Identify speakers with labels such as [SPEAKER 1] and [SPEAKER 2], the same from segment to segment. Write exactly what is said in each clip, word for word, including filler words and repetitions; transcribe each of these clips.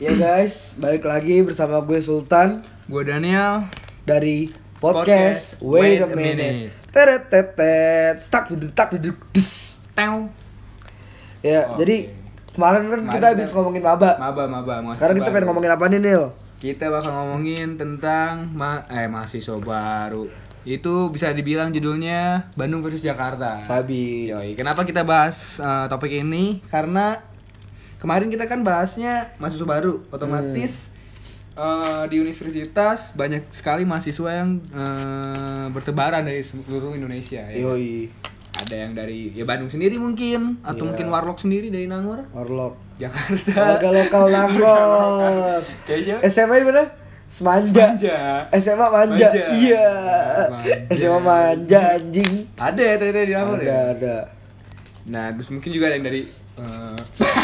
[SPEAKER 1] Ya guys, balik lagi bersama gue Sultan,
[SPEAKER 2] gue Daniel
[SPEAKER 1] dari podcast, podcast Wait a Minute. Teret tetet, tak duduk tak duduk dus.
[SPEAKER 2] Tew.
[SPEAKER 1] Ya, oh, jadi okay. kemarin kan kemarin kita habis ngomongin maba.
[SPEAKER 2] Maba, maba.
[SPEAKER 1] Sekarang kita pengen ngomongin apa nih, Nil?
[SPEAKER 2] Kita bakal ngomongin tentang ma eh mahasiswa baru. Itu bisa dibilang judulnya Bandung versus Jakarta.
[SPEAKER 1] Sabi.
[SPEAKER 2] Yoi. Kenapa kita bahas uh, topik ini? Karena kemarin kita kan bahasnya mahasiswa baru, otomatis hmm. uh, di universitas banyak sekali mahasiswa yang uh, bertebaran dari seluruh Indonesia. Ya.
[SPEAKER 1] Yoi.
[SPEAKER 2] Ada yang dari ya Bandung sendiri mungkin, atau yeah. mungkin Warlock sendiri dari Nangor.
[SPEAKER 1] Warlock.
[SPEAKER 2] Jakarta.
[SPEAKER 1] Warga lokal Nangor. S M A di mana? Semanja.
[SPEAKER 2] Semanja.
[SPEAKER 1] S M A Manja. Iya. S M A Manja anjing.
[SPEAKER 2] Ada ya ternyata di Nangor
[SPEAKER 1] ya? Ada, ada.
[SPEAKER 2] Nah, terus mungkin juga ada yang dari uh,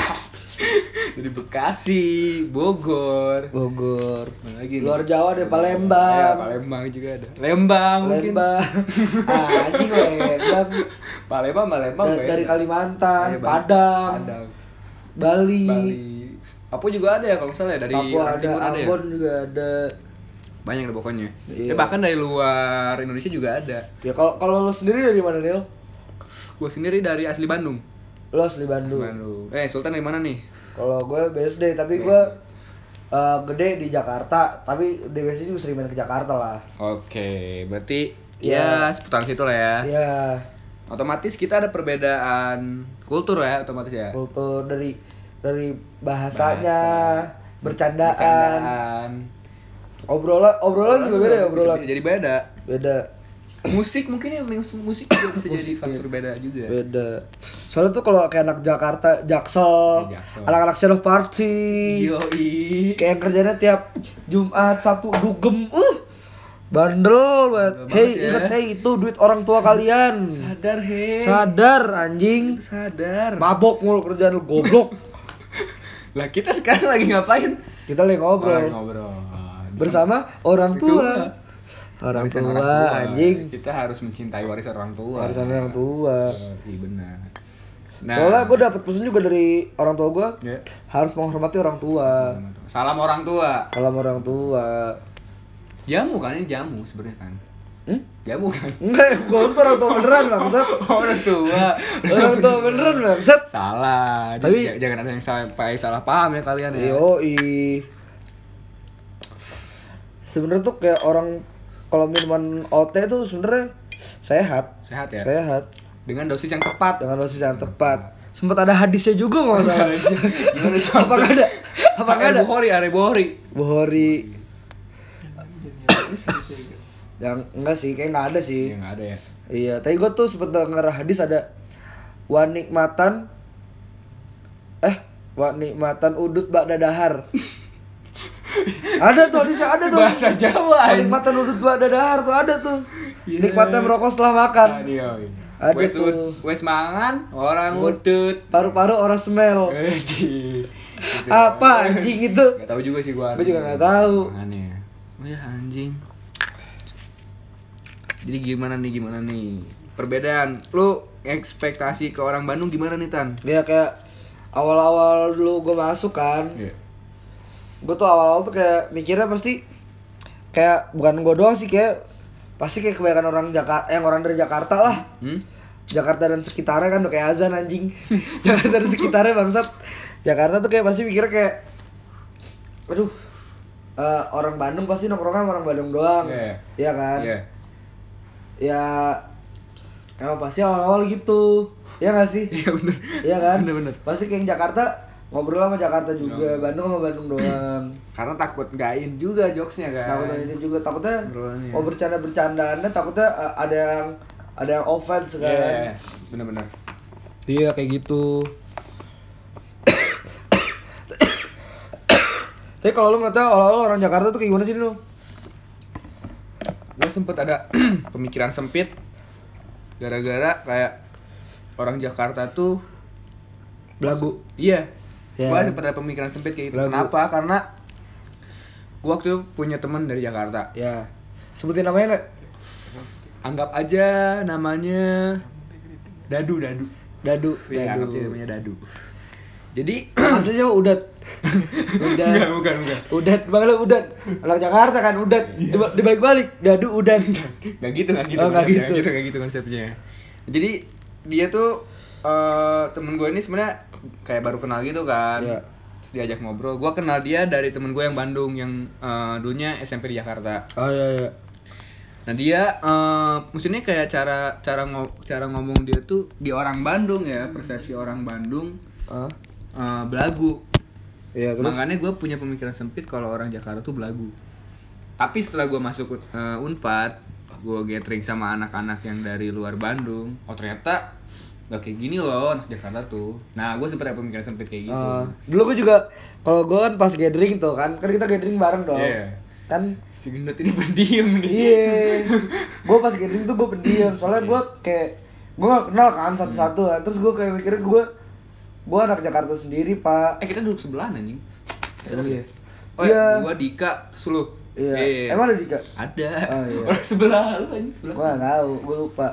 [SPEAKER 2] dari Bekasi, Bogor,
[SPEAKER 1] Bogor.
[SPEAKER 2] Lagi
[SPEAKER 1] luar Jawa ada Palembang.
[SPEAKER 2] Ya, Palembang juga ada. Lembang,
[SPEAKER 1] Lembang. Ah, anjing Lembang.
[SPEAKER 2] Palembang, Palembang
[SPEAKER 1] da- dari Kalimantan, ya, Padang,
[SPEAKER 2] Padang,
[SPEAKER 1] Bali.
[SPEAKER 2] Bali. Papua juga ada ya kalau misalnya dari
[SPEAKER 1] Papua ada,
[SPEAKER 2] Timur ada.
[SPEAKER 1] Ambon
[SPEAKER 2] ya?
[SPEAKER 1] juga ada.
[SPEAKER 2] Banyak deh pokoknya.
[SPEAKER 1] Iya.
[SPEAKER 2] Ya bahkan dari luar Indonesia juga ada.
[SPEAKER 1] Ya kalau kalau lu sendiri dari mana, Nil?
[SPEAKER 2] Gua sendiri dari asli Bandung.
[SPEAKER 1] Lo asli Bandung.
[SPEAKER 2] Asli Bandung. Eh, Sultan dari mana nih?
[SPEAKER 1] Kalau gue B S D, tapi gue uh, gede di Jakarta, tapi di B S D juga sering main ke Jakarta lah.
[SPEAKER 2] Oke, berarti
[SPEAKER 1] ya,
[SPEAKER 2] ya seputar situ lah ya.
[SPEAKER 1] Iya.
[SPEAKER 2] Otomatis kita ada perbedaan kultur ya, otomatis ya.
[SPEAKER 1] Kultur dari dari bahasanya,
[SPEAKER 2] Bahasa,
[SPEAKER 1] bercandaan.
[SPEAKER 2] bercandaan.
[SPEAKER 1] Obrolan obrolan juga beda ya, obrolan.
[SPEAKER 2] Bisa, bisa jadi beda.
[SPEAKER 1] Beda.
[SPEAKER 2] Musik mungkin ya, musik juga bisa jadi faktor
[SPEAKER 1] ya.
[SPEAKER 2] beda juga.
[SPEAKER 1] Beda. Soalnya tuh kalau kayak anak Jakarta, Jaksel,
[SPEAKER 2] ya, Jaksel.
[SPEAKER 1] anak-anak Seno Party.
[SPEAKER 2] Yoi.
[SPEAKER 1] Kayak yang kerjanya tiap Jumat, Sabtu dugem. Uh. Bandel banget. Hei, ya. Ingat hei itu duit orang tua kalian.
[SPEAKER 2] Sadar hei.
[SPEAKER 1] Sadar anjing.
[SPEAKER 2] Sadar.
[SPEAKER 1] Mabok mulu kerjaan lu goblok.
[SPEAKER 2] Lah kita sekarang lagi ngapain?
[SPEAKER 1] Kita lagi ngobrol.
[SPEAKER 2] Oh, lagi ngobrol.
[SPEAKER 1] Bersama orang tua. Orang tua, orang tua anjing.
[SPEAKER 2] Kita harus mencintai warisan orang tua.
[SPEAKER 1] Warisan orang tua.
[SPEAKER 2] Iya benar.
[SPEAKER 1] Nah, soalnya gue dapet pesan juga dari orang tua gue, yeah. harus menghormati orang tua.
[SPEAKER 2] Salam orang tua.
[SPEAKER 1] Salam orang tua.
[SPEAKER 2] Jamu kan, ini jamu sebenarnya kan.
[SPEAKER 1] Hmm?
[SPEAKER 2] Jamu kan?
[SPEAKER 1] Enggak, gue itu orang tua beneran bangsat.
[SPEAKER 2] Orang tua.
[SPEAKER 1] Orang tua beneran bangsat.
[SPEAKER 2] Salah. Tapi J- jangan ada yang salah, salah paham ya kalian ya.
[SPEAKER 1] Yoi. Sebenarnya tuh kayak orang kalau minuman O T tuh sebenarnya sehat.
[SPEAKER 2] Sehat ya?
[SPEAKER 1] Sehat.
[SPEAKER 2] Dengan dosis yang tepat.
[SPEAKER 1] Dengan dosis yang tepat. Sempat ada hadisnya juga nggak salah. Apa nggak ada? Apa nggak ada?
[SPEAKER 2] Bukhari, ada Bukhari.
[SPEAKER 1] Bukhari. Yang enggak sih, kayak nggak ada sih.
[SPEAKER 2] Iya nggak ada ya.
[SPEAKER 1] Iya, tapi gue tuh sempet denger hadis ada wanikmatan eh wanikmatan udut bak dadahar. Ada tuh, hadisnya ada tuh.
[SPEAKER 2] Bahasa Jawa.
[SPEAKER 1] Wanikmatan udut bak dadahar tuh ada tuh. Yeah. Nikmatnya merokok setelah makan.
[SPEAKER 2] Adioi.
[SPEAKER 1] Ada
[SPEAKER 2] wes
[SPEAKER 1] tuh.
[SPEAKER 2] Wes mangan orang udut.
[SPEAKER 1] Paru-paru orang smell.
[SPEAKER 2] Edi.
[SPEAKER 1] Apa anjing itu?
[SPEAKER 2] Gak tahu juga sih gua.
[SPEAKER 1] Gua juga gak tahu.
[SPEAKER 2] Aneh. Oh ya anjing. Jadi gimana nih gimana nih perbedaan lu ekspektasi ke orang Bandung gimana nih Tan?
[SPEAKER 1] Ya kayak awal-awal dulu gue masuk kan, yeah. gue tuh awal-awal tuh kayak mikirnya pasti kayak bukan gue doang sih, kayak pasti kayak kebanyakan orang Jakarta, yang orang dari Jakarta lah, hmm? Jakarta dan sekitarnya kan udah kayak azan anjing. Jakarta dan sekitarnya bangsat. Jakarta tuh kayak pasti mikirnya kayak, aduh, uh, orang Bandung pasti nongkrongnya orang Bandung doang,
[SPEAKER 2] yeah.
[SPEAKER 1] Iya kan?
[SPEAKER 2] Yeah.
[SPEAKER 1] Ya, emang pasti awal-awal gitu, ya nggak sih?
[SPEAKER 2] Iya bener.
[SPEAKER 1] Iya kan?
[SPEAKER 2] Bener-bener.
[SPEAKER 1] Pasti kayak Jakarta ngobrol sama Jakarta juga, no. Bandung sama Bandung doang.
[SPEAKER 2] Karena takut gain juga jokesnya kan.
[SPEAKER 1] Takut ini juga, takutnya mau bercanda-bercandaannya, takutnya uh, ada yang ada yang offense kan.
[SPEAKER 2] Iya, yeah, bener-bener.
[SPEAKER 1] Iya kayak gitu. Tapi kalau lu nggak tahu awal-awal orang Jakarta tuh kayak gimana sih lu?
[SPEAKER 2] Gue sempet ada pemikiran sempit gara-gara kayak orang Jakarta tuh
[SPEAKER 1] belagu.
[SPEAKER 2] Iya.
[SPEAKER 1] Yeah.
[SPEAKER 2] Gue sempet ada pemikiran sempit kayak gitu.
[SPEAKER 1] Belagu.
[SPEAKER 2] Kenapa? Karena gue waktu itu punya teman dari Jakarta.
[SPEAKER 1] Ya. Yeah. Sebutin namanya nggak?
[SPEAKER 2] Anggap aja namanya Dadu, Dadu.
[SPEAKER 1] Dadu.
[SPEAKER 2] Iya,
[SPEAKER 1] Dadu.
[SPEAKER 2] anggap aja namanya Dadu. Jadi
[SPEAKER 1] aslinya udat. Udat.
[SPEAKER 2] Enggak, bukan, bukan.
[SPEAKER 1] Udat, bangla udat. Anak Jakarta kan udat. Diba- Dibalik-balik, dadu udat.
[SPEAKER 2] Gak gitu, gak gitu.
[SPEAKER 1] Oh, nggak
[SPEAKER 2] konsepnya,
[SPEAKER 1] gitu.
[SPEAKER 2] Gak gitu, gak gitu konsepnya. Jadi dia tuh eh temen gue ini sebenarnya kayak baru kenal gitu kan.
[SPEAKER 1] Iya.
[SPEAKER 2] Terus diajak ngobrol. Gue kenal dia dari temen gue yang Bandung yang eh, dulunya S M P di Jakarta.
[SPEAKER 1] Oh iya iya.
[SPEAKER 2] Nah dia, eh maksudnya kayak cara cara ngo- cara ngomong dia tuh di orang Bandung ya, persepsi orang Bandung
[SPEAKER 1] Ah.
[SPEAKER 2] eh, belagu.
[SPEAKER 1] Iya, terus
[SPEAKER 2] Makanya gue punya pemikiran sempit kalau orang Jakarta tuh belagu. Tapi setelah gue masuk uh, Unpad, gue gathering sama anak-anak yang dari luar Bandung. Oh ternyata gak kayak gini loh anak Jakarta tuh. Nah gue sempet ada pemikiran sempit kayak gitu.
[SPEAKER 1] Ah, dulu gue juga kalau gue kan pas gathering tuh kan, kan kita gathering bareng dong.
[SPEAKER 2] Iya.
[SPEAKER 1] Kan
[SPEAKER 2] Si gendut ini pendiam nih.
[SPEAKER 1] iya. Gue pas gathering tuh gue pendiam, soalnya gue kayak gue gak kenal kan satu-satu kan. Terus gue kayak mikirnya gue gue anak Jakarta sendiri, Pak.
[SPEAKER 2] Eh kita duduk sebelahan anjing.
[SPEAKER 1] Oh, iya.
[SPEAKER 2] Oh
[SPEAKER 1] Iya.
[SPEAKER 2] ya, gue Dika, terus lu.
[SPEAKER 1] Iya. Emang ada Dika?
[SPEAKER 2] Ada.
[SPEAKER 1] Oh, iya.
[SPEAKER 2] Orang sebelah lu anjing, sebelah.
[SPEAKER 1] Gue gak tahu, gue lupa.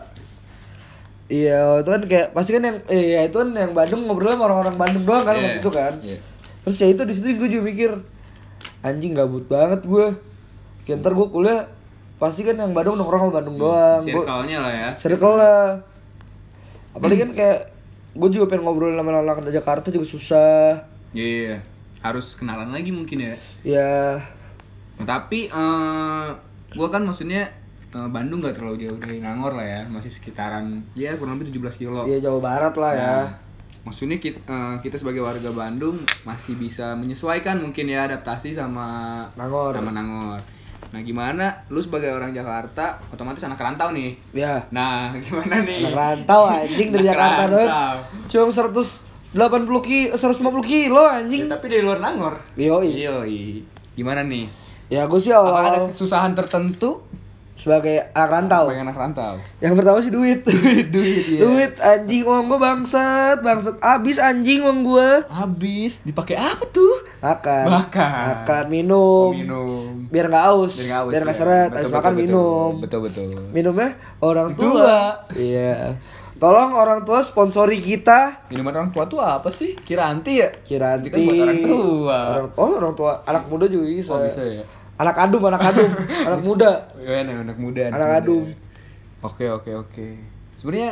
[SPEAKER 1] Iya, itu kan kayak pasti kan yang eh, ya itu kan yang Bandung ngobrol sama orang-orang Bandung doang kan
[SPEAKER 2] Iya.
[SPEAKER 1] waktu itu kan.
[SPEAKER 2] Iya.
[SPEAKER 1] Terus ya itu di situ gue juga mikir anjing gabut banget gue. Kayak ntar gue kuliah pasti kan yang Bandung nongkrong sama Bandung doang. Gua-
[SPEAKER 2] Circle-nya lah ya.
[SPEAKER 1] Circle lah. Apalagi kan kayak gue juga pengen ngobrol sama anak dari Jakarta juga susah.
[SPEAKER 2] Iya. Harus kenalan lagi mungkin ya.
[SPEAKER 1] Ya,
[SPEAKER 2] Nah, tapi eh gue kan maksudnya eh, Bandung gak terlalu jauh dari Nangor lah ya, masih sekitaran ya kurang lebih tujuh belas kilo.
[SPEAKER 1] ya Jawa Barat lah ya.
[SPEAKER 2] Nah, maksudnya kita, kita sebagai warga Bandung masih bisa menyesuaikan mungkin ya adaptasi sama
[SPEAKER 1] Nangor.
[SPEAKER 2] sama Nangor. Nah gimana, lu sebagai orang Jakarta otomatis anak rantau nih.
[SPEAKER 1] Ya.
[SPEAKER 2] Nah gimana nih?
[SPEAKER 1] Anak rantau anjing dari
[SPEAKER 2] Anak
[SPEAKER 1] Jakarta doang.
[SPEAKER 2] rantau.
[SPEAKER 1] Cuma seratus delapan puluh kilo, seratus lima puluh kilo
[SPEAKER 2] Ya,
[SPEAKER 1] anjing.
[SPEAKER 2] tapi dari luar Nangor.
[SPEAKER 1] Yoi.
[SPEAKER 2] Yoi. Gimana nih?
[SPEAKER 1] Ya gue sih
[SPEAKER 2] Apakah ada
[SPEAKER 1] awal
[SPEAKER 2] kesusahan tertentu
[SPEAKER 1] sebagai anak rantau.
[SPEAKER 2] sebagai anak rantau?
[SPEAKER 1] Yang pertama sih duit.
[SPEAKER 2] Duit, iya.
[SPEAKER 1] Duit anjing uang gue bangsat, bangsat. Abis anjing uang gue.
[SPEAKER 2] Habis dipakai apa tuh?
[SPEAKER 1] Makan.
[SPEAKER 2] Makan.
[SPEAKER 1] Makan, minum.
[SPEAKER 2] Minum.
[SPEAKER 1] Biar nggak aus.
[SPEAKER 2] Biar nggak aus,
[SPEAKER 1] Biar nggak
[SPEAKER 2] ya.
[SPEAKER 1] seret.
[SPEAKER 2] Betul,
[SPEAKER 1] Habis
[SPEAKER 2] betul,
[SPEAKER 1] makan
[SPEAKER 2] betul.
[SPEAKER 1] minum.
[SPEAKER 2] Betul betul.
[SPEAKER 1] Minumnya orang tua.
[SPEAKER 2] Tua.
[SPEAKER 1] Iya. Tolong orang tua sponsori kita.
[SPEAKER 2] Minuman orang tua tuh apa sih? Kiranti ya?
[SPEAKER 1] Kiranti.
[SPEAKER 2] Itu kan buat orang tua.
[SPEAKER 1] Orang, oh orang tua. Anak muda juga bisa.
[SPEAKER 2] Oh bisa ya?
[SPEAKER 1] Anak adum, anak adum. Anak muda.
[SPEAKER 2] Ya, anak, anak muda.
[SPEAKER 1] Anak
[SPEAKER 2] muda.
[SPEAKER 1] adum.
[SPEAKER 2] Oke oke oke. Sebenarnya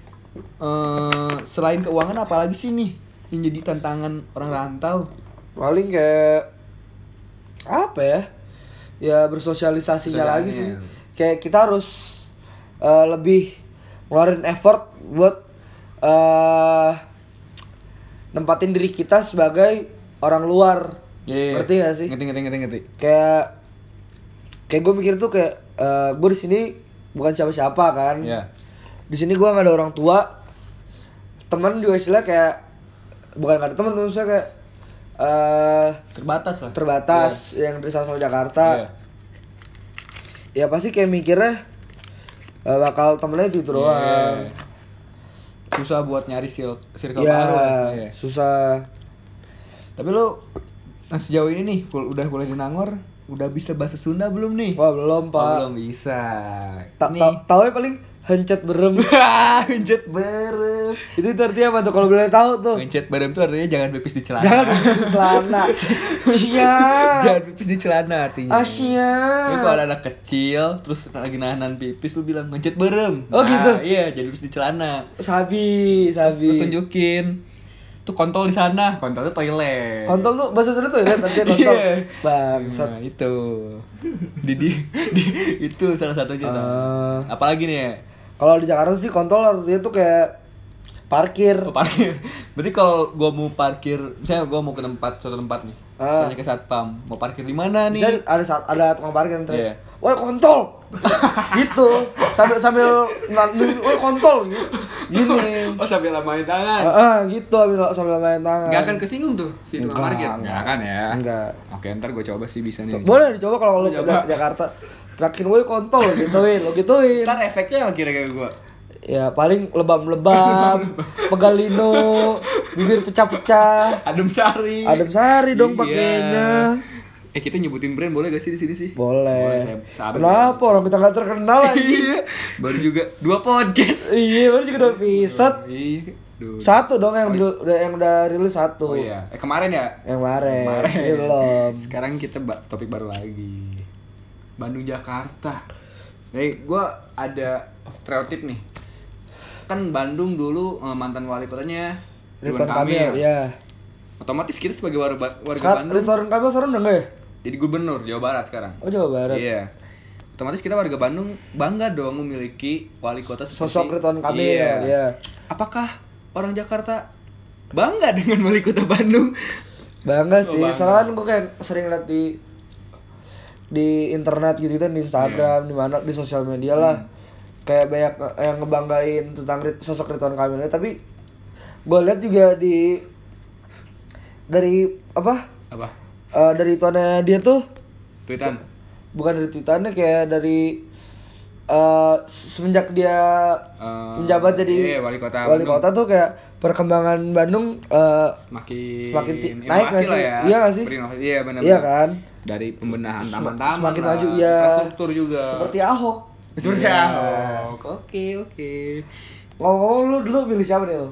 [SPEAKER 2] eh selain keuangan apa lagi sih nih yang jadi tantangan orang rantau?
[SPEAKER 1] Paling kayak apa ya? Ya bersosialisasinya
[SPEAKER 2] Sosialnya.
[SPEAKER 1] lagi sih. Kayak kita harus eh, lebih ngeluarin effort buat eh nempatin diri kita sebagai orang luar.
[SPEAKER 2] Iya.
[SPEAKER 1] Ngerti gak sih?
[SPEAKER 2] Ngerti ngerti ngerti ngerti.
[SPEAKER 1] Kayak kayak gue mikir tuh kayak eh gue di sini bukan siapa-siapa kan.
[SPEAKER 2] Iya.
[SPEAKER 1] Di sini gue nggak ada orang tua. Teman juga istilah kayak bukan nggak ada teman, teman saya kayak eh
[SPEAKER 2] Terbatas lah.
[SPEAKER 1] terbatas yang dari sama-sama Jakarta.
[SPEAKER 2] Iya.
[SPEAKER 1] Ya pasti kayak mikirnya eh, bakal temennya itu, itu doang.
[SPEAKER 2] Iya. Susah buat nyari sil- circle
[SPEAKER 1] Ya,
[SPEAKER 2] baru. Iya.
[SPEAKER 1] susah.
[SPEAKER 2] Tapi lu nah, sejauh ini nih kul- udah kuliah di Nangor, udah bisa bahasa Sunda belum nih?
[SPEAKER 1] Wah belum
[SPEAKER 2] Oh,
[SPEAKER 1] pak.
[SPEAKER 2] belum bisa.
[SPEAKER 1] Ta-
[SPEAKER 2] Nih.
[SPEAKER 1] ta- tahu ya paling hencet berem.
[SPEAKER 2] Gencet barem.
[SPEAKER 1] Itu artinya apa tuh kalau boleh tahu tuh?
[SPEAKER 2] Gencet barem tuh artinya jangan pipis di celana.
[SPEAKER 1] Jangan pipis di celana. Siap.
[SPEAKER 2] Jangan pipis di celana artinya.
[SPEAKER 1] Asia.
[SPEAKER 2] Ini kalau ada anak kecil terus lagi nahan pipis lu bilang gencet barem.
[SPEAKER 1] Oh, gitu?
[SPEAKER 2] Iya, jangan pipis di celana.
[SPEAKER 1] Sabi,
[SPEAKER 2] Terus lu
[SPEAKER 1] sabi.
[SPEAKER 2] tunjukin tuh kontol di sana, kontol itu toilet.
[SPEAKER 1] Kontol tuh bahasa Sunda tuh ya artinya kontol.
[SPEAKER 2] Iya.
[SPEAKER 1] Bangsat.
[SPEAKER 2] Nah, itu. Di, di, di- itu salah satunya tuh.
[SPEAKER 1] Eh.
[SPEAKER 2] Apalagi nih ya?
[SPEAKER 1] Kalau di Jakarta sih kontol artinya tuh kayak parkir.
[SPEAKER 2] Oh, parkir. Berarti kalau gua mau parkir, misalnya gua mau ke tempat suatu tempat nih.
[SPEAKER 1] Ah.
[SPEAKER 2] Misalnya ke satpam, mau parkir di mana nih?
[SPEAKER 1] Bisa ada saat ada tukang parkir yang teriak,
[SPEAKER 2] Iya.
[SPEAKER 1] "Woi kontol!" gitu. Sambil sambil nanti, "Woi kontol!" gitu. Gini.
[SPEAKER 2] Oh, sambil lamain tangan.
[SPEAKER 1] Heeh, gitu sambil sambil main tangan.
[SPEAKER 2] Nggak akan kesinggung tuh si tukang
[SPEAKER 1] Enggak,
[SPEAKER 2] parkir.
[SPEAKER 1] enggak.
[SPEAKER 2] Nggak akan ya.
[SPEAKER 1] Enggak.
[SPEAKER 2] Oke, ntar gua coba sih bisa nih.
[SPEAKER 1] Boleh dicoba kalau lu ke
[SPEAKER 2] Coba.
[SPEAKER 1] Jakarta. Terakhir woi kontol lo gituin, lo gituin.
[SPEAKER 2] Ntar efeknya apa kira-kira gua?
[SPEAKER 1] Ya paling lebam-lebam, pegalino, bibir pecah-pecah.
[SPEAKER 2] Adem sari.
[SPEAKER 1] Adem sari dong
[SPEAKER 2] Iya.
[SPEAKER 1] pakainya.
[SPEAKER 2] Eh kita nyebutin brand boleh gak sih di sini sih?
[SPEAKER 1] Boleh.
[SPEAKER 2] saya- sahabat
[SPEAKER 1] Kenapa orang kita nggak terkenal anjing?
[SPEAKER 2] Iya. Baru juga dua podcast.
[SPEAKER 1] Iya, baru juga udah episode.
[SPEAKER 2] Iya. Duh.
[SPEAKER 1] Satu dong yang
[SPEAKER 2] Oh,
[SPEAKER 1] di, udah yang udah rilis satu.
[SPEAKER 2] Oh iya, eh kemarin ya?
[SPEAKER 1] Yang kemarin.
[SPEAKER 2] Kemarin.
[SPEAKER 1] Ini belum.
[SPEAKER 2] Sekarang kita ba- topik baru lagi. Bandung Jakarta. Nih, gua ada stereotip nih. Kan Bandung dulu eh, mantan wali kotanya
[SPEAKER 1] Ridwan
[SPEAKER 2] Ridwan
[SPEAKER 1] Kamil,
[SPEAKER 2] Kamil.
[SPEAKER 1] ya.
[SPEAKER 2] Otomatis kita sebagai warga warga
[SPEAKER 1] Sekarang
[SPEAKER 2] Bandung
[SPEAKER 1] Ridwan Kamil sekarang udah enggak ya?
[SPEAKER 2] jadi gubernur Jawa Barat sekarang.
[SPEAKER 1] Oh, Jawa Barat.
[SPEAKER 2] Iya. Otomatis kita warga Bandung bangga dong memiliki wali kota seperti
[SPEAKER 1] Sosok Ridwan Kamil,
[SPEAKER 2] Iya.
[SPEAKER 1] ya.
[SPEAKER 2] Apakah orang Jakarta bangga dengan wali kota Bandung?
[SPEAKER 1] Bangga
[SPEAKER 2] Oh,
[SPEAKER 1] sih.
[SPEAKER 2] bangga.
[SPEAKER 1] Soalnya kan gue kayak sering liat di di internet gitu kan, di Instagram, di mana di sosial media lah.
[SPEAKER 2] Hmm.
[SPEAKER 1] Kayak banyak yang ngebanggain tentang Rid- sosok Ridwan Kamilnya, tapi gue lihat juga di dari apa?
[SPEAKER 2] Apa?
[SPEAKER 1] Eh, dari tuannya dia tuh,
[SPEAKER 2] Tweetan.
[SPEAKER 1] bukan dari tweetannya, kayak dari eh semenjak dia
[SPEAKER 2] Eh,
[SPEAKER 1] menjabat jadi
[SPEAKER 2] iya, wali kota
[SPEAKER 1] wali
[SPEAKER 2] Bandung.
[SPEAKER 1] kota tuh kayak perkembangan Bandung eh
[SPEAKER 2] Semakin
[SPEAKER 1] Semakin ti- naik
[SPEAKER 2] inovasi
[SPEAKER 1] nggak
[SPEAKER 2] lah
[SPEAKER 1] sih?
[SPEAKER 2] ya.
[SPEAKER 1] Iya nggak sih?
[SPEAKER 2] Berinovasi. Iya benar.
[SPEAKER 1] iya kan,
[SPEAKER 2] Dari pembenahan
[SPEAKER 1] Sem-
[SPEAKER 2] taman-taman
[SPEAKER 1] semakin
[SPEAKER 2] lah,
[SPEAKER 1] maju ya,
[SPEAKER 2] infrastruktur juga.
[SPEAKER 1] seperti Ahok.
[SPEAKER 2] Seperti
[SPEAKER 1] Iya.
[SPEAKER 2] Ahok. Oke, oke.
[SPEAKER 1] Ngomong-ngomong, lu dulu milih siapa nih lo?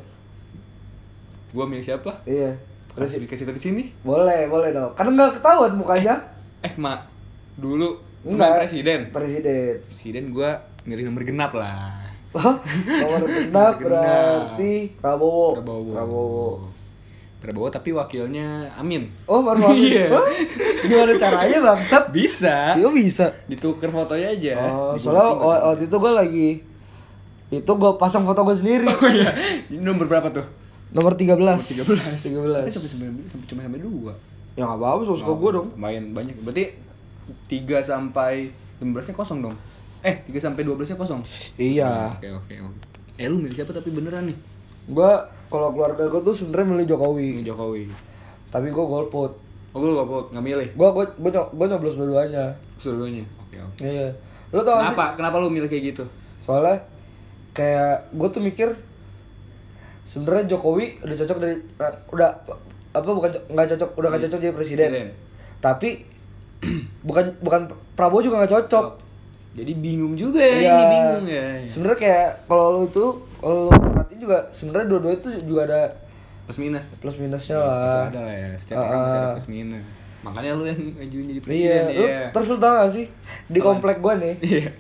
[SPEAKER 2] Gua milih siapa?
[SPEAKER 1] Iya,
[SPEAKER 2] Kasih dikasih tahu di sini.
[SPEAKER 1] boleh boleh dong, kan nggak ketahuan mukanya.
[SPEAKER 2] Eh, Mak. Dulu
[SPEAKER 1] Enggak.
[SPEAKER 2] pemain presiden.
[SPEAKER 1] Presiden.
[SPEAKER 2] Presiden gua milih nomor genap lah.
[SPEAKER 1] Hah? Nomor genap berarti Prabowo.
[SPEAKER 2] Prabowo.
[SPEAKER 1] Prabowo.
[SPEAKER 2] Prabowo tapi wakilnya Amin.
[SPEAKER 1] Oh, baru Amin.
[SPEAKER 2] Iya.
[SPEAKER 1] Hah? Gimana caranya bangsat?
[SPEAKER 2] Bisa.
[SPEAKER 1] Iya bisa.
[SPEAKER 2] Ditukar fotonya aja.
[SPEAKER 1] Oh,
[SPEAKER 2] Digunting,
[SPEAKER 1] soalnya
[SPEAKER 2] digunting.
[SPEAKER 1] wa- waktu itu gue lagi itu gue pasang foto gue sendiri.
[SPEAKER 2] Oh iya. Ini nomor berapa tuh?
[SPEAKER 1] Nomor tiga belas.
[SPEAKER 2] tiga belas.
[SPEAKER 1] tiga belas.
[SPEAKER 2] Kan sampai sembilan belas, sampai cuma sampai dua.
[SPEAKER 1] Ya enggak apa-apa, suka gue dong.
[SPEAKER 2] Lumayan banyak. Berarti tiga sampai lima belas-nya kosong dong. Eh, tiga sampai dua belas-nya kosong.
[SPEAKER 1] Iya.
[SPEAKER 2] Oke, oke, oke. Eh, lu milih siapa tapi beneran nih?
[SPEAKER 1] Gue kalau keluarga gue tuh sebenarnya milih Jokowi,
[SPEAKER 2] Milih Jokowi.
[SPEAKER 1] tapi gue golput.
[SPEAKER 2] Oh, lu gak enggak milih?
[SPEAKER 1] Gue gue gue nyo- gue nyoblos dua-duanya.
[SPEAKER 2] Seluruhnya. Oke, oke.
[SPEAKER 1] Iya. Lu tau gak sih?
[SPEAKER 2] Kenapa? Kenapa lu milih kayak gitu?
[SPEAKER 1] Soalnya kayak gue tuh mikir sebenarnya Jokowi udah cocok dari eh, udah apa bukan co- nggak cocok udah nggak cocok jadi presiden.
[SPEAKER 2] Presiden.
[SPEAKER 1] Tapi bukan bukan Prabowo juga nggak cocok.
[SPEAKER 2] Jadi bingung juga ya,
[SPEAKER 1] Iya.
[SPEAKER 2] ini bingung ya.
[SPEAKER 1] Sebenarnya kayak kalau lu itu kalau lu perhatiin juga sebenarnya dua-dua itu juga ada
[SPEAKER 2] Plus minus.
[SPEAKER 1] plus minusnya
[SPEAKER 2] Ya,
[SPEAKER 1] lah.
[SPEAKER 2] pasti ada lah ya. Setiap
[SPEAKER 1] Ah,
[SPEAKER 2] orang pasti ada
[SPEAKER 1] ah.
[SPEAKER 2] plus minus. Makanya lu yang ngajuin jadi
[SPEAKER 1] Iya,
[SPEAKER 2] presiden
[SPEAKER 1] lu,
[SPEAKER 2] ya.
[SPEAKER 1] terus lu tau gak sih di
[SPEAKER 2] Apaan?
[SPEAKER 1] komplek gua nih,
[SPEAKER 2] Iya.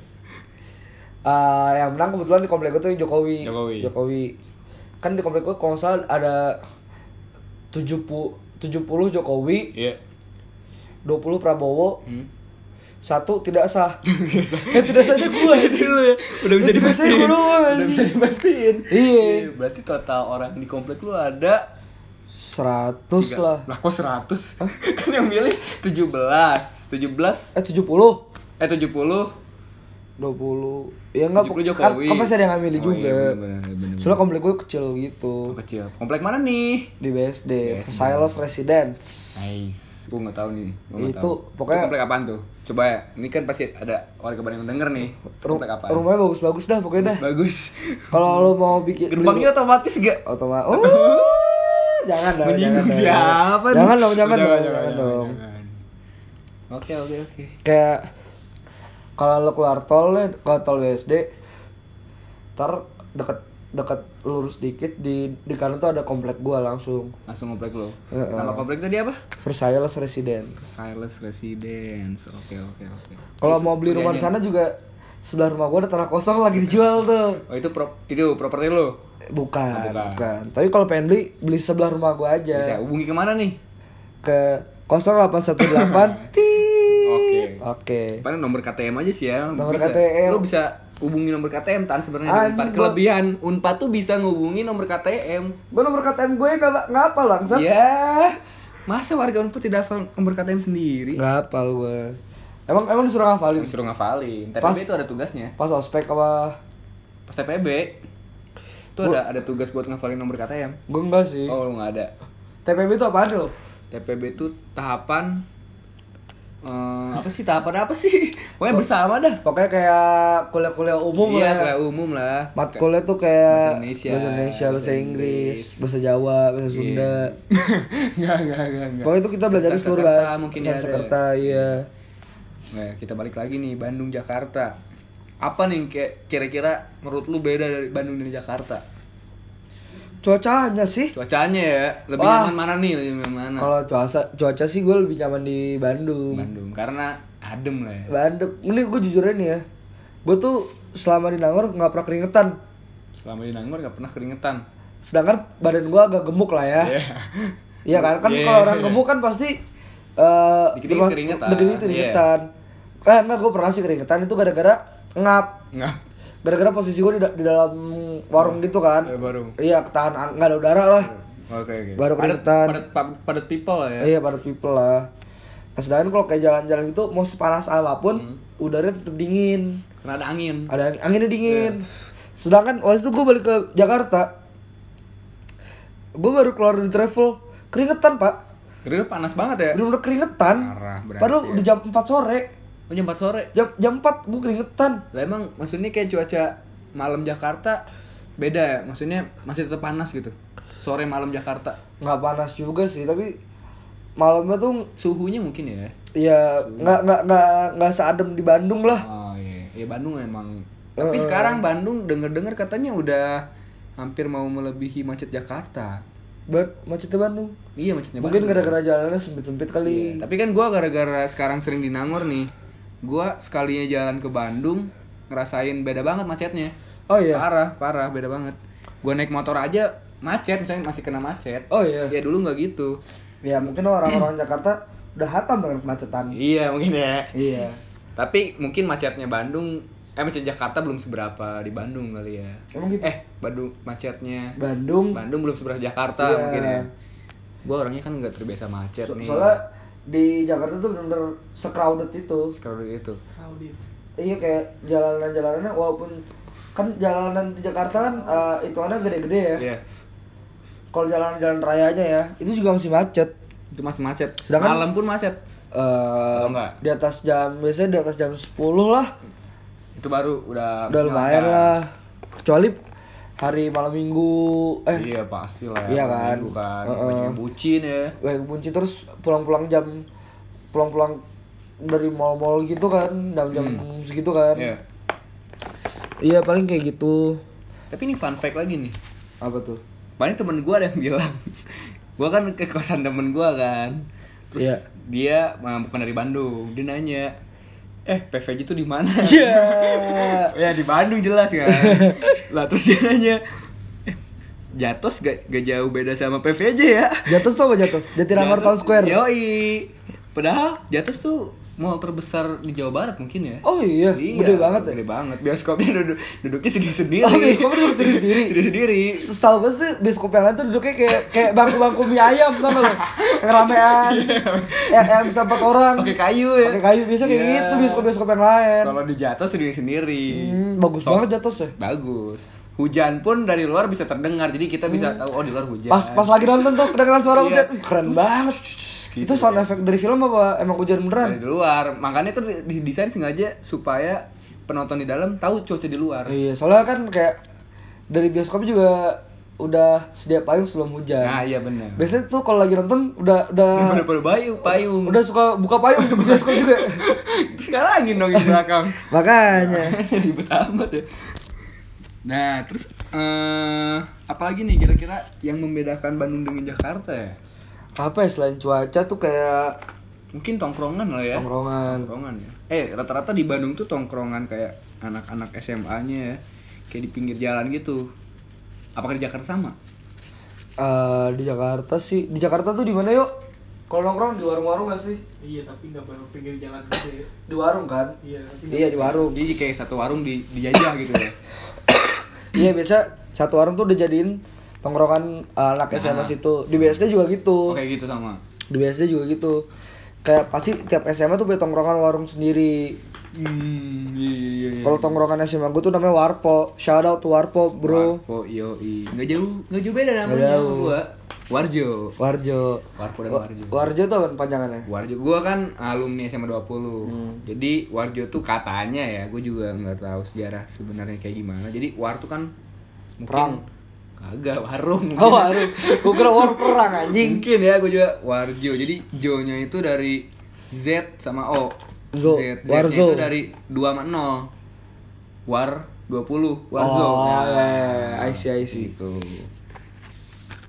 [SPEAKER 1] ah, yang menang kebetulan di komplek gua tuh Jokowi.
[SPEAKER 2] Jokowi.
[SPEAKER 1] Jokowi. Kan di komplek gua kalau nggak salah ada tujuh puluh tujuh puluh Jokowi,
[SPEAKER 2] Iya.
[SPEAKER 1] dua puluh Prabowo,
[SPEAKER 2] Hmm.
[SPEAKER 1] satu tidak sah. Eh tidak sahnya gua
[SPEAKER 2] Itu lu ya. Udah bisa
[SPEAKER 1] Tidak sahnya
[SPEAKER 2] dipastikan.
[SPEAKER 1] gua doang,
[SPEAKER 2] Udah
[SPEAKER 1] anjing.
[SPEAKER 2] bisa dipastikan.
[SPEAKER 1] Iya.
[SPEAKER 2] Berarti total orang di komplek lu ada
[SPEAKER 1] Seratus
[SPEAKER 2] tiga-
[SPEAKER 1] lah.
[SPEAKER 2] Lah kok seratus? Kan yang milih tujuh belas. tujuh belas
[SPEAKER 1] Eh tujuh puluh.
[SPEAKER 2] eh tujuh puluh.
[SPEAKER 1] dua puluh. Ya enggak,
[SPEAKER 2] tujuh puluh
[SPEAKER 1] kan,
[SPEAKER 2] Jokowi.
[SPEAKER 1] kan pasti ada yang ngambil
[SPEAKER 2] Oh,
[SPEAKER 1] juga.
[SPEAKER 2] iya, bener, bener, bener.
[SPEAKER 1] Soalnya komplek gue kecil gitu.
[SPEAKER 2] Oh, kecil. Komplek mana nih?
[SPEAKER 1] Di B S D,
[SPEAKER 2] B S D.
[SPEAKER 1] Versailles Residence.
[SPEAKER 2] Nice. Gue nggak tahu nih. Gua nggak
[SPEAKER 1] Itu,
[SPEAKER 2] tahu.
[SPEAKER 1] pokoknya-
[SPEAKER 2] Itu komplek apaan tuh? Coba ya. Ini kan pasti ada warga Bandung yang denger nih.
[SPEAKER 1] Ru-
[SPEAKER 2] Komplek apaan?
[SPEAKER 1] rumahnya bagus-bagus dah pokoknya dah.
[SPEAKER 2] Bagus.
[SPEAKER 1] Kalau lo mau bikin
[SPEAKER 2] Gerbangnya otomatis gak?
[SPEAKER 1] otomatis. Oh, jangan dong, jangan
[SPEAKER 2] Menyinggung
[SPEAKER 1] dong.
[SPEAKER 2] siapa nih?
[SPEAKER 1] Jangan dong, jangan
[SPEAKER 2] Oh,
[SPEAKER 1] dong, jangan dong.
[SPEAKER 2] jangan. Oke, oke, oke.
[SPEAKER 1] Kayak kalau lo keluar tol, ya, ke tol B S D, ntar deket deket lurus dikit di di kanan tuh ada komplek gua langsung.
[SPEAKER 2] Langsung komplek lo.
[SPEAKER 1] Heeh.
[SPEAKER 2] Nama komplek tadi apa?
[SPEAKER 1] Versailles Residence.
[SPEAKER 2] Silence Residence. Oke, oke, oke.
[SPEAKER 1] Kalau mau beli rumah di sana juga sebelah rumah gua ada tanah kosong lagi dijual tuh.
[SPEAKER 2] Oh, itu pro itu properti lo.
[SPEAKER 1] Bukan,
[SPEAKER 2] Oh, bukan.
[SPEAKER 1] bukan. Tapi kalau pengen beli, beli sebelah rumah gua aja.
[SPEAKER 2] Bisa hubungi kemana nih?
[SPEAKER 1] Ke nol delapan satu delapan.
[SPEAKER 2] Oke.
[SPEAKER 1] Oke.
[SPEAKER 2] Paling nomor K T M aja sih ya.
[SPEAKER 1] Nomor
[SPEAKER 2] Bisa.
[SPEAKER 1] K T M.
[SPEAKER 2] Lo bisa hubungi nomor K T M tan sebenarnya
[SPEAKER 1] Anjing,
[SPEAKER 2] Unpad.
[SPEAKER 1] gua-
[SPEAKER 2] Kelebihan Unpad tuh bisa ngehubungi nomor K T M.
[SPEAKER 1] Gua nomor K T M gue nggak nggak apa langsung.
[SPEAKER 2] Ya. Masa warga Unpad tidak hafal nomor K T M sendiri?
[SPEAKER 1] Nggak hafal gue. Emang emang disuruh ngafalin.
[SPEAKER 2] Disuruh ngafalin. T P B
[SPEAKER 1] Pas-
[SPEAKER 2] itu ada tugasnya.
[SPEAKER 1] Pas ospek apa?
[SPEAKER 2] Pas T P B itu
[SPEAKER 1] Gua-
[SPEAKER 2] ada ada tugas buat ngafalin nomor K T M.
[SPEAKER 1] Gue enggak sih.
[SPEAKER 2] Oh, lu nggak ada.
[SPEAKER 1] T P B itu apaan lo?
[SPEAKER 2] T P B itu tahapan eh, apa sih tahapan apa sih? Pokoknya bersama dah.
[SPEAKER 1] Pokoknya kayak kuliah-kuliah umum
[SPEAKER 2] Iya,
[SPEAKER 1] lah.
[SPEAKER 2] kuliah umum lah.
[SPEAKER 1] Matkulnya tuh kayak
[SPEAKER 2] Bahasa Indonesia,
[SPEAKER 1] bahasa Indonesia, bahasa
[SPEAKER 2] bahasa
[SPEAKER 1] Inggris,
[SPEAKER 2] Inggris.
[SPEAKER 1] bahasa Jawa, bahasa Sunda.
[SPEAKER 2] Enggak, enggak, enggak, enggak.
[SPEAKER 1] Pokoknya itu kita belajar di seluruh
[SPEAKER 2] Sanskerta
[SPEAKER 1] bahasa.
[SPEAKER 2] mungkin ya ada.
[SPEAKER 1] Sanskerta, iya.
[SPEAKER 2] Nah, kita balik lagi nih Bandung Jakarta. Apa nih kayak kira-kira menurut lu beda dari Bandung dan Jakarta?
[SPEAKER 1] cuacanya sih.
[SPEAKER 2] Cuacanya ya, lebih
[SPEAKER 1] Wah.
[SPEAKER 2] nyaman mana nih? Lebih nyaman mana?
[SPEAKER 1] Kalau cuaca cuaca sih gue lebih nyaman di Bandung.
[SPEAKER 2] Bandung, karena adem lah ya.
[SPEAKER 1] Bandung. Ini gue jujur nih ya. Gue tuh selama di Nangor nggak pernah keringetan.
[SPEAKER 2] Selama di Nangor gak pernah keringetan.
[SPEAKER 1] Sedangkan badan gue agak gemuk lah ya.
[SPEAKER 2] Iya.
[SPEAKER 1] Iya kan? Kan
[SPEAKER 2] Yeah.
[SPEAKER 1] kalau orang gemuk kan pasti eh
[SPEAKER 2] Dikit-dikit
[SPEAKER 1] termas-
[SPEAKER 2] keringetan.
[SPEAKER 1] Dikit-dikit keringetan. Eh enggak, gue pernah sih keringetan itu gara-gara ngap.
[SPEAKER 2] Nggak.
[SPEAKER 1] Gara-gara posisi gue di, da- di dalam warung gitu kan.
[SPEAKER 2] Di warung.
[SPEAKER 1] Iya, ketahan an- nggak ada udara lah.
[SPEAKER 2] Oke oke.
[SPEAKER 1] Baru
[SPEAKER 2] padat,
[SPEAKER 1] keringetan.
[SPEAKER 2] padat, padat, padat people lah ya.
[SPEAKER 1] Iya, padat people lah. Nah, sedangkan kalau kayak jalan-jalan gitu mau sepanas apapun,
[SPEAKER 2] Hmm.
[SPEAKER 1] udaranya tetap dingin.
[SPEAKER 2] Karena ada angin.
[SPEAKER 1] Ada ang- anginnya dingin. Sedangkan waktu itu gue balik ke Jakarta. Gue baru keluar dari travel, keringetan, Pak.
[SPEAKER 2] Keringet panas banget ya.
[SPEAKER 1] Bener-bener keringetan.
[SPEAKER 2] Parah, berarti
[SPEAKER 1] Padahal
[SPEAKER 2] ya.
[SPEAKER 1] udah jam empat sore.
[SPEAKER 2] Oh jam empat sore.
[SPEAKER 1] Jam jam empat gue keringetan.
[SPEAKER 2] Lah emang maksudnya kayak cuaca malam Jakarta beda ya? Maksudnya masih tetap panas gitu. Sore malam Jakarta.
[SPEAKER 1] Nggak panas juga sih, tapi malamnya tuh
[SPEAKER 2] Suhunya mungkin ya.
[SPEAKER 1] ya nggak nggak nggak nggak seadem di Bandung lah.
[SPEAKER 2] Oh iya. Ya Bandung emang. Tapi
[SPEAKER 1] Eh.
[SPEAKER 2] sekarang Bandung denger-dengar katanya udah hampir mau melebihi macet Jakarta.
[SPEAKER 1] Ber macetnya Bandung.
[SPEAKER 2] Iya macetnya
[SPEAKER 1] Mungkin
[SPEAKER 2] Bandung.
[SPEAKER 1] gara-gara jalannya sempit-sempit kali.
[SPEAKER 2] Iya, tapi kan gua gara-gara sekarang sering di Nangor nih. Gua sekalinya jalan ke Bandung ngerasain beda banget macetnya.
[SPEAKER 1] Oh iya.
[SPEAKER 2] Parah, parah beda banget. Gua naik motor aja macet, misalnya masih kena macet.
[SPEAKER 1] Oh iya.
[SPEAKER 2] Ya dulu nggak gitu.
[SPEAKER 1] Ya mungkin orang-orang Jakarta udah hatam dengan kemacetan.
[SPEAKER 2] Iya mungkin ya.
[SPEAKER 1] Iya.
[SPEAKER 2] Tapi mungkin macetnya Bandung, eh macet Jakarta belum seberapa di Bandung kali ya.
[SPEAKER 1] Emang gitu?
[SPEAKER 2] Eh Bandung macetnya
[SPEAKER 1] Bandung.
[SPEAKER 2] Bandung belum seberapa Jakarta
[SPEAKER 1] Iya.
[SPEAKER 2] mungkin ya. Gua orangnya kan nggak terbiasa macet
[SPEAKER 1] So-
[SPEAKER 2] nih.
[SPEAKER 1] soalnya di Jakarta tuh bener-bener se-crowded itu.
[SPEAKER 2] Sekarang itu.
[SPEAKER 1] Iya kayak jalanan-jalanannya walaupun kan jalanan di Jakarta kan uh, hitungannya gede-gede ya.
[SPEAKER 2] Iya.
[SPEAKER 1] Kalau jalan-jalan rayanya ya, itu juga masih macet.
[SPEAKER 2] Itu masih macet.
[SPEAKER 1] Sedangkan-
[SPEAKER 2] Malam pun macet.
[SPEAKER 1] Eh
[SPEAKER 2] Atau enggak?
[SPEAKER 1] di atas jam biasanya di atas jam sepuluh lah.
[SPEAKER 2] Itu baru udah
[SPEAKER 1] Udah lumayan lah. Kecuali hari malam Minggu eh
[SPEAKER 2] Iya pasti lah.
[SPEAKER 1] Iya
[SPEAKER 2] malam
[SPEAKER 1] kan?
[SPEAKER 2] Minggu kan.
[SPEAKER 1] Heeh.
[SPEAKER 2] Banyak yang bucin ya.
[SPEAKER 1] Banyak kunci terus pulang-pulang jam pulang-pulang dari mall-mall gitu kan, jam-jam
[SPEAKER 2] Hmm.
[SPEAKER 1] segitu kan.
[SPEAKER 2] Iya.
[SPEAKER 1] Iya paling kayak gitu.
[SPEAKER 2] Tapi ini fun fact lagi nih.
[SPEAKER 1] Apa tuh?
[SPEAKER 2] Paling temen gue ada yang bilang, gue kan ke kosan temen gue kan, terus
[SPEAKER 1] Iya.
[SPEAKER 2] dia uh, bukan dari Bandung, dia nanya, eh P V J itu di mana?
[SPEAKER 1] Iya.
[SPEAKER 2] Ya di Bandung jelas kan. Lah terus dia nanya, eh Jatos gak, gak jauh beda sama P V J ya?
[SPEAKER 1] Jatos tuh apa Jatos? Jatinangor Town Square.
[SPEAKER 2] Yoi. Padahal Jatos tuh mall terbesar di Jawa Barat mungkin ya.
[SPEAKER 1] Oh iya, gede banget ya.
[SPEAKER 2] Gede banget. Bioskopnya duduk duduknya sendiri-sendiri.
[SPEAKER 1] Oh, bioskopnya duduk sendiri-sendiri.
[SPEAKER 2] Sendiri-sendiri.
[SPEAKER 1] Setahu gue sih bioskop yang lain tuh duduknya kayak kayak bangku-bangku mie ayam tau gak lo? Yang ramean. yang, yang bisa empat orang.
[SPEAKER 2] Pakai kayu ya.
[SPEAKER 1] Pakai kayu biasa kayak
[SPEAKER 2] Iya.
[SPEAKER 1] gitu bioskop-bioskop yang lain.
[SPEAKER 2] Kalau di Jatos sendiri-sendiri.
[SPEAKER 1] Hmm, bagus
[SPEAKER 2] Soft-
[SPEAKER 1] banget Jatos ya.
[SPEAKER 2] Bagus. Hujan pun dari luar bisa terdengar. Jadi kita bisa tahu oh di luar hujan.
[SPEAKER 1] Hmm. Pas pas lagi nonton tuh kedengeran suara
[SPEAKER 2] Iya.
[SPEAKER 1] hujan. Uh, keren banget.
[SPEAKER 2] Gitu
[SPEAKER 1] Itu sound effect dari film apa emang hujan beneran?
[SPEAKER 2] dari luar. Makanya itu didesain sengaja supaya penonton di dalam tahu cuaca di luar.
[SPEAKER 1] Iya, soalnya kan kayak dari bioskop juga udah sedia payung sebelum hujan.
[SPEAKER 2] Nah, iya benar.
[SPEAKER 1] Biasanya tuh kalau lagi nonton udah udah
[SPEAKER 2] Udah pada payung, payung.
[SPEAKER 1] udah suka buka payung di bioskop juga.
[SPEAKER 2] Terus sekarang angin dong di belakang.
[SPEAKER 1] Makanya.
[SPEAKER 2] Ribet amat ya. Nah, terus eh apalagi nih kira-kira yang membedakan Bandung dengan Jakarta ya?
[SPEAKER 1] Apa ya selain cuaca tuh kayak
[SPEAKER 2] Mungkin tongkrongan lah ya.
[SPEAKER 1] tongkrongan.
[SPEAKER 2] Tongkrongan ya. Eh, rata-rata di Bandung tuh tongkrongan kayak anak-anak S M A-nya ya. Kayak di pinggir jalan gitu. Apakah di Jakarta sama?
[SPEAKER 1] Eh di Jakarta sih, di Jakarta tuh di mana yuk? Kalau nongkrong di warung-warung kan sih?
[SPEAKER 3] Iya, tapi nggak baru pinggir jalan gitu ya.
[SPEAKER 1] Di warung kan?
[SPEAKER 3] Iya, tapi
[SPEAKER 1] Iya di warung.
[SPEAKER 2] Jadi kayak satu warung di dijajah gitu ya.
[SPEAKER 1] Iya biasa satu warung tuh udah jadiin tongkrongan uh, anak S M A
[SPEAKER 2] Nah.
[SPEAKER 1] situ. Di B S D juga gitu.
[SPEAKER 2] Oke gitu sama.
[SPEAKER 1] Di B S D juga gitu. Kayak pasti tiap S M A tuh punya tongkrongan warung sendiri.
[SPEAKER 2] Hmm, iya iya iya.
[SPEAKER 1] Kalau tongkrongan S M A gue tuh namanya Warpo. Shout out to Warpo, bro.
[SPEAKER 2] Warpo, yoi. Nggak jauh, nggak jauh beda namanya.
[SPEAKER 1] Nggak jauh.
[SPEAKER 2] sama gua. Warjo.
[SPEAKER 1] Warjo.
[SPEAKER 2] Warpo dan
[SPEAKER 1] Wa-
[SPEAKER 2] Warjo.
[SPEAKER 1] Warjo tuh apa panjangannya?
[SPEAKER 2] Warjo, gua kan alumni S M A dua puluh.
[SPEAKER 1] Hmm.
[SPEAKER 2] Jadi Warjo tuh katanya ya, gue juga nggak tahu sejarah sebenarnya kayak gimana. Jadi War tuh kan mungkin
[SPEAKER 1] Perang.
[SPEAKER 2] kagak warung.
[SPEAKER 1] Oh warung. Gue kira war perang anjing.
[SPEAKER 2] Mungkin ya, gue juga Warjo. Jadi Jo-nya itu dari Z sama O.
[SPEAKER 1] Zo,
[SPEAKER 2] Z, Z-nya
[SPEAKER 1] Warzo.
[SPEAKER 2] itu dari dua sama nol. War dua puluh, Warzo.
[SPEAKER 1] Oh,
[SPEAKER 2] Nah,
[SPEAKER 1] iya, iya, I see, I see.
[SPEAKER 2] Gitu.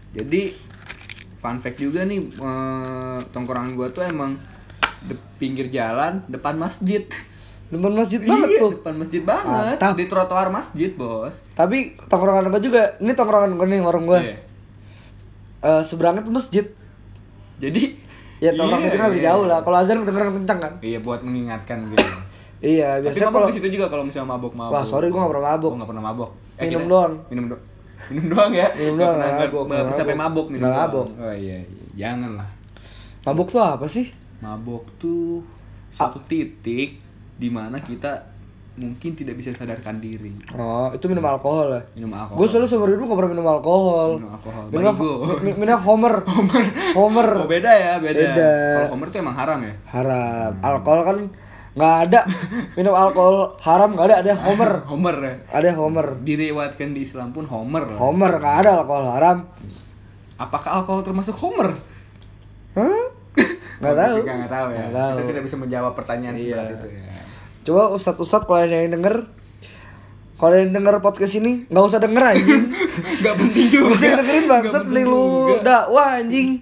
[SPEAKER 2] Jadi fun fact juga nih, eh, tongkrongan gua tuh emang de- pinggir jalan depan masjid.
[SPEAKER 1] Depan masjid banget
[SPEAKER 2] Iya,
[SPEAKER 1] tuh.
[SPEAKER 2] depan masjid banget.
[SPEAKER 1] Mantap.
[SPEAKER 2] Di trotoar masjid, Bos.
[SPEAKER 1] Tapi tongkrongan gue juga, ini tongkrongan gue nih warung gue.
[SPEAKER 2] Iya.
[SPEAKER 1] Eh, seberangnya tuh masjid.
[SPEAKER 2] Jadi
[SPEAKER 1] Ya tongkrongan
[SPEAKER 2] iya,
[SPEAKER 1] itu kan lebih
[SPEAKER 2] iya.
[SPEAKER 1] jauh lah. Kalau azan kedengeran kencang kan.
[SPEAKER 2] Iya, buat mengingatkan gitu.
[SPEAKER 1] Iya,
[SPEAKER 2] Tapi
[SPEAKER 1] biasanya
[SPEAKER 2] mabok
[SPEAKER 1] kalau
[SPEAKER 2] di situ juga kalau misalnya mabok-mabok.
[SPEAKER 1] Wah, sorry, gua nggak pernah mabok.
[SPEAKER 2] Gua nggak pernah mabok.
[SPEAKER 1] Minum doang.
[SPEAKER 2] Minum doang. Minum doang ya.
[SPEAKER 1] Minum
[SPEAKER 2] Nggak
[SPEAKER 1] doang,
[SPEAKER 2] pernah
[SPEAKER 1] nggak
[SPEAKER 2] nggak-
[SPEAKER 1] mabok,
[SPEAKER 2] nggak
[SPEAKER 1] nggak
[SPEAKER 2] sampai
[SPEAKER 1] mabok.
[SPEAKER 2] mabok minum
[SPEAKER 1] Nggak
[SPEAKER 2] doang.
[SPEAKER 1] mabok.
[SPEAKER 2] Oh iya, iya. Jangan lah.
[SPEAKER 1] mabuk tuh apa sih?
[SPEAKER 2] Mabok tuh suatu titik di mana kita mungkin tidak bisa sadarkan diri.
[SPEAKER 1] Oh, itu minum alkohol ya.
[SPEAKER 2] Minum alkohol.
[SPEAKER 1] Gue selalu seumur hidup gak pernah minum alkohol.
[SPEAKER 2] Minum alkohol.
[SPEAKER 1] Minum,
[SPEAKER 2] Baligo.
[SPEAKER 1] mi- minum Homer. Homer. Homer.
[SPEAKER 2] Oh, beda ya, beda.
[SPEAKER 1] Beda.
[SPEAKER 2] Kalau Homer tuh emang haram ya?
[SPEAKER 1] Haram. Alkohol kan nggak ada. Minum alkohol haram nggak ada. Ada Homer.
[SPEAKER 2] Homer ya.
[SPEAKER 1] Ada Homer.
[SPEAKER 2] Diriwayatkan di Islam pun Homer. lah.
[SPEAKER 1] Homer nggak ada alkohol haram.
[SPEAKER 2] Apakah alkohol termasuk Homer?
[SPEAKER 1] Hah? Nggak tahu.
[SPEAKER 2] Nggak nggak tahu ya.
[SPEAKER 1] Nggak tahu.
[SPEAKER 2] Kita tidak bisa menjawab pertanyaan
[SPEAKER 1] Iya.
[SPEAKER 2] seperti itu ya.
[SPEAKER 1] Coba ustadz-ustadz kalau ada yang denger, kalau ada yang denger podcast ini nggak usah denger anjing.
[SPEAKER 2] Gak penting juga.
[SPEAKER 1] Gak usah dengerin bangsat nih lu dakwah anjing.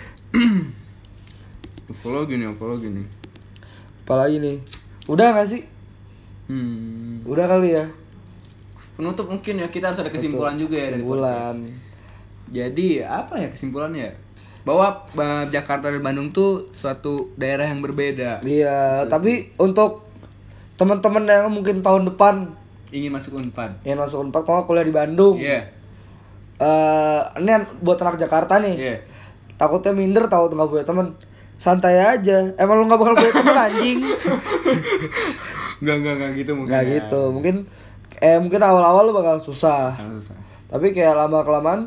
[SPEAKER 2] Apalagi nih, apalagi nih.
[SPEAKER 1] Apalagi nih. Udah gak sih?
[SPEAKER 2] Hmm.
[SPEAKER 1] Udah kali ya.
[SPEAKER 2] Penutup mungkin ya, kita harus ada kesimpulan juga ya dari
[SPEAKER 1] Kesimpulan.
[SPEAKER 2] podcast. Jadi apa ya kesimpulannya? Bahwa uh, Jakarta dan Bandung tuh suatu daerah yang berbeda.
[SPEAKER 1] Iya, tapi untuk teman-teman yang mungkin tahun depan
[SPEAKER 2] Ingin masuk Unpad.
[SPEAKER 1] yang masuk Unpad kalau nggak kuliah di Bandung.
[SPEAKER 2] Iya.
[SPEAKER 1] Eh, ini buat anak Jakarta nih.
[SPEAKER 2] Iya.
[SPEAKER 1] Takutnya minder, takut nggak punya teman. Santai aja. Emang lu nggak bakal punya teman anjing.
[SPEAKER 2] Enggak, enggak, enggak gitu mungkin.
[SPEAKER 1] Nggak
[SPEAKER 2] ya.
[SPEAKER 1] gitu. Mungkin eh mungkin awal-awal lu bakal susah.
[SPEAKER 2] Karena susah.
[SPEAKER 1] Tapi kayak lama kelamaan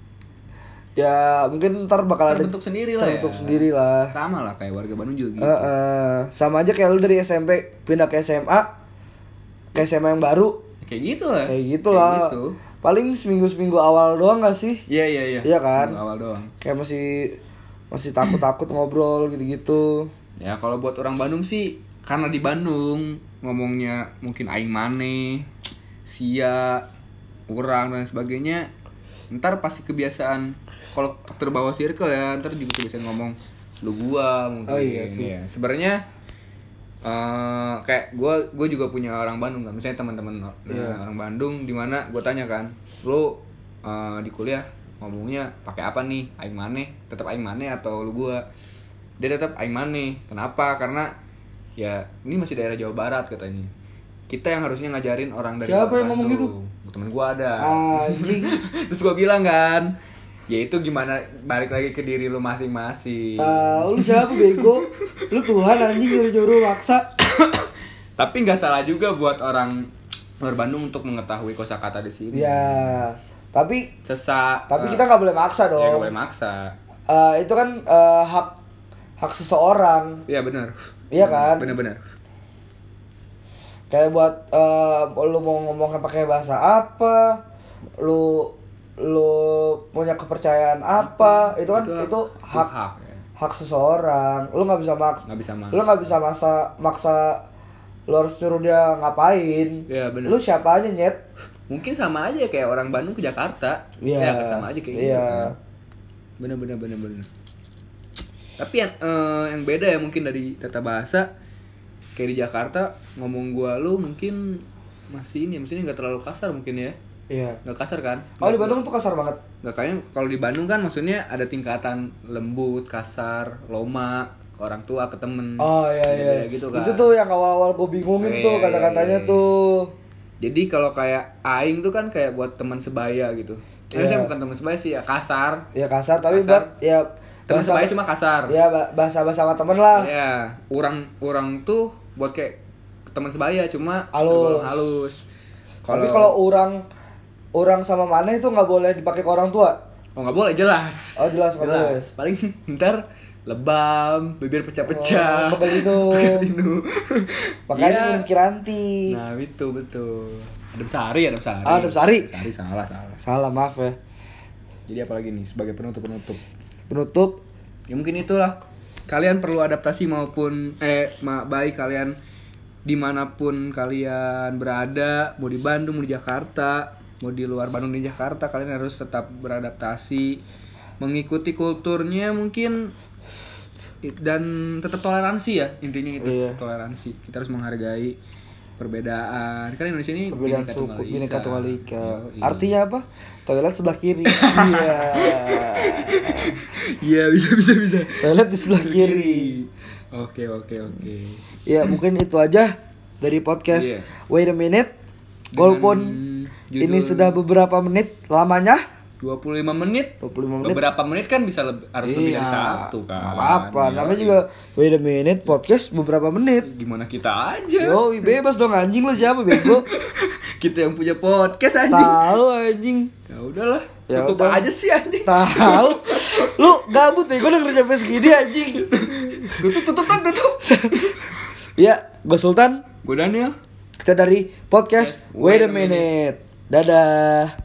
[SPEAKER 1] ya mungkin ntar bakal ada
[SPEAKER 2] Terbentuk sendiri lah ya.
[SPEAKER 1] terbentuk sendiri lah.
[SPEAKER 2] Sama lah kayak warga Bandung juga gitu.
[SPEAKER 1] Eh, eh, sama aja kayak lu dari S M P pindah ke S M A, ke S M A yang baru,
[SPEAKER 2] Kayak gitu lah.
[SPEAKER 1] kayak gitu lah.
[SPEAKER 2] gitu.
[SPEAKER 1] Paling seminggu seminggu awal doang gak sih?
[SPEAKER 2] Iya, iya, iya.
[SPEAKER 1] Iya kan?
[SPEAKER 2] Baru awal doang.
[SPEAKER 1] Kayak masih masih takut takut ngobrol gitu-gitu.
[SPEAKER 2] Ya kalau buat orang Bandung sih karena di Bandung ngomongnya mungkin aing maneh, sia, urang dan sebagainya. Ntar pasti kebiasaan kalau terbawa circle ya, ntar juga kebiasaan ngomong lu gua mungkin.
[SPEAKER 1] Oh iya sih.
[SPEAKER 2] Ya. Sebenarnya eh kayak gua gua juga punya orang Bandung kan. Misalnya teman-teman
[SPEAKER 1] Iya.
[SPEAKER 2] orang Bandung di mana gua tanya kan, "Lu eh, di kuliah ngomongnya pakai apa nih? Aing maneh, tetap aing maneh atau lu gua?" Dia tetap aing maneh. Kenapa? Karena ya ini masih daerah Jawa Barat katanya. Kita yang harusnya ngajarin orang dari
[SPEAKER 1] Siapa
[SPEAKER 2] luar
[SPEAKER 1] yang ngomong
[SPEAKER 2] Bandung. Temen gua ada.
[SPEAKER 1] Anjing.
[SPEAKER 2] Terus gua bilang kan, ya itu gimana balik lagi ke diri lu masing-masing.
[SPEAKER 1] Tahu lu siapa bego? Lu Tuhan anjing nyuruh-nyuruh maksa.
[SPEAKER 2] Tapi nggak salah juga buat orang luar Bandung untuk mengetahui kosakata di sini.
[SPEAKER 1] Ya. Tapi
[SPEAKER 2] Sesak.
[SPEAKER 1] tapi
[SPEAKER 2] eh,
[SPEAKER 1] kita nggak boleh maksa
[SPEAKER 2] ya nggak
[SPEAKER 1] dong.
[SPEAKER 2] boleh maksa.
[SPEAKER 1] Eh, itu kan eh, hak hak seseorang.
[SPEAKER 2] Iya benar.
[SPEAKER 1] Iya kan?
[SPEAKER 2] Benar-benar.
[SPEAKER 1] Kayak buat eh, lu mau ngomongnya pakai bahasa apa, lu lu punya kepercayaan apa, itu kan itu, hak
[SPEAKER 2] hak ya.
[SPEAKER 1] hak seseorang. Lu nggak bisa maks
[SPEAKER 2] Nggak bisa maksa.
[SPEAKER 1] lu nggak bisa maksa maksa lu harus suruh dia ngapain.
[SPEAKER 2] Iya, bener.
[SPEAKER 1] Lu siapa aja nyet.
[SPEAKER 2] Mungkin sama aja kayak orang Bandung ke Jakarta.
[SPEAKER 1] Iya.
[SPEAKER 2] Ya, sama aja kayak gitu.
[SPEAKER 1] Iya.
[SPEAKER 2] Kan. Bener bener bener bener. Tapi yang eh, yang beda ya mungkin dari tata bahasa, kayak di Jakarta ngomong gua lu mungkin masih ini, maksudnya nggak terlalu kasar mungkin ya.
[SPEAKER 1] Iya.
[SPEAKER 2] Nggak kasar kan?
[SPEAKER 1] Oh di Bandung tuh kasar banget.
[SPEAKER 2] Nggak kayaknya kalau di Bandung kan maksudnya ada tingkatan lembut, kasar, loma, ke orang tua, ke temen.
[SPEAKER 1] Oh iya iya.
[SPEAKER 2] Beda-beda gitu kan.
[SPEAKER 1] Itu tuh yang awal-awal gue bingungin
[SPEAKER 2] Iya,
[SPEAKER 1] tuh
[SPEAKER 2] iya,
[SPEAKER 1] kata-katanya
[SPEAKER 2] iya, iya.
[SPEAKER 1] tuh.
[SPEAKER 2] Jadi kalau kayak aing tuh kan kayak buat teman sebaya gitu.
[SPEAKER 1] Iya.
[SPEAKER 2] Eh, saya bukan teman sebaya sih, ya kasar.
[SPEAKER 1] Ya kasar tapi
[SPEAKER 2] Kasar.
[SPEAKER 1] buat ya
[SPEAKER 2] Teman
[SPEAKER 1] bahasa-
[SPEAKER 2] sebaya cuma kasar.
[SPEAKER 1] Ya ba- bahasa-bahasa sama temen lah.
[SPEAKER 2] Iya, orang orang tuh buat kayak teman sebaya cuma
[SPEAKER 1] Halus.
[SPEAKER 2] tergolong halus.
[SPEAKER 1] Tapi kalau orang orang sama mana itu nggak boleh dipakai ke orang tua.
[SPEAKER 2] oh nggak boleh jelas.
[SPEAKER 1] Oh jelas nggak boleh.
[SPEAKER 2] Jelas. Paling ntar lebam, bibir pecah-pecah.
[SPEAKER 1] Oh, pegelinu.
[SPEAKER 2] Pegelinu.
[SPEAKER 1] Makanya
[SPEAKER 2] Iya.
[SPEAKER 1] minum kiranti.
[SPEAKER 2] Nah, itu betul. Adem sari, adem sari.
[SPEAKER 1] Ah, adem sari.
[SPEAKER 2] Sari salah, salah.
[SPEAKER 1] Salah maaf ya.
[SPEAKER 2] Jadi apalagi nih sebagai penutup-penutup.
[SPEAKER 1] Penutup.
[SPEAKER 2] Ya mungkin itulah. Kalian perlu adaptasi maupun eh ma, baik kalian dimanapun kalian berada, mau di Bandung, mau di Jakarta, mau di luar Bandung di Jakarta, kalian harus tetap beradaptasi mengikuti kulturnya mungkin dan tetap toleransi ya, intinya itu.
[SPEAKER 1] Iya.
[SPEAKER 2] Toleransi. Kita harus menghargai perbedaan. Kan Indonesia ini
[SPEAKER 1] Perbedaan
[SPEAKER 2] Bhinneka
[SPEAKER 1] suku,
[SPEAKER 2] Tunggal Ika.
[SPEAKER 1] Bhinneka Tunggal Ika.
[SPEAKER 2] Yoi.
[SPEAKER 1] Artinya apa? Toilet sebelah kiri. Iya.
[SPEAKER 2] Iya, bisa bisa bisa.
[SPEAKER 1] Toilet di sebelah kiri.
[SPEAKER 2] Oke, oke, oke.
[SPEAKER 1] Ya, mungkin itu aja dari podcast
[SPEAKER 2] Iya.
[SPEAKER 1] Wait a Minute. Walaupun
[SPEAKER 2] judul-
[SPEAKER 1] ini sudah beberapa menit lamanya,
[SPEAKER 2] dua puluh lima menit.
[SPEAKER 1] dua puluh lima menit.
[SPEAKER 2] Beberapa menit kan bisa lebih, harus lebih dari satu kan.
[SPEAKER 1] Nggak apa-apa,
[SPEAKER 2] Iya,
[SPEAKER 1] namanya
[SPEAKER 2] iya.
[SPEAKER 1] juga Wait a Minute podcast beberapa menit.
[SPEAKER 2] Gimana kita aja.
[SPEAKER 1] Yo, bebas dong anjing, lu siapa bego?
[SPEAKER 2] Kita yang punya podcast anjing.
[SPEAKER 1] Tahu anjing.
[SPEAKER 2] Ya udahlah.
[SPEAKER 1] Ya
[SPEAKER 2] Tutup
[SPEAKER 1] udah.
[SPEAKER 2] aja sih anjing.
[SPEAKER 1] Tahu. Lu gabut ya, gue denger sampai segini anjing.
[SPEAKER 2] Tutup, tutup, tutup, tutup.
[SPEAKER 1] Ya, gue Sultan.
[SPEAKER 2] Gue Daniel.
[SPEAKER 1] Kita dari podcast Wait a Minute. Dadah.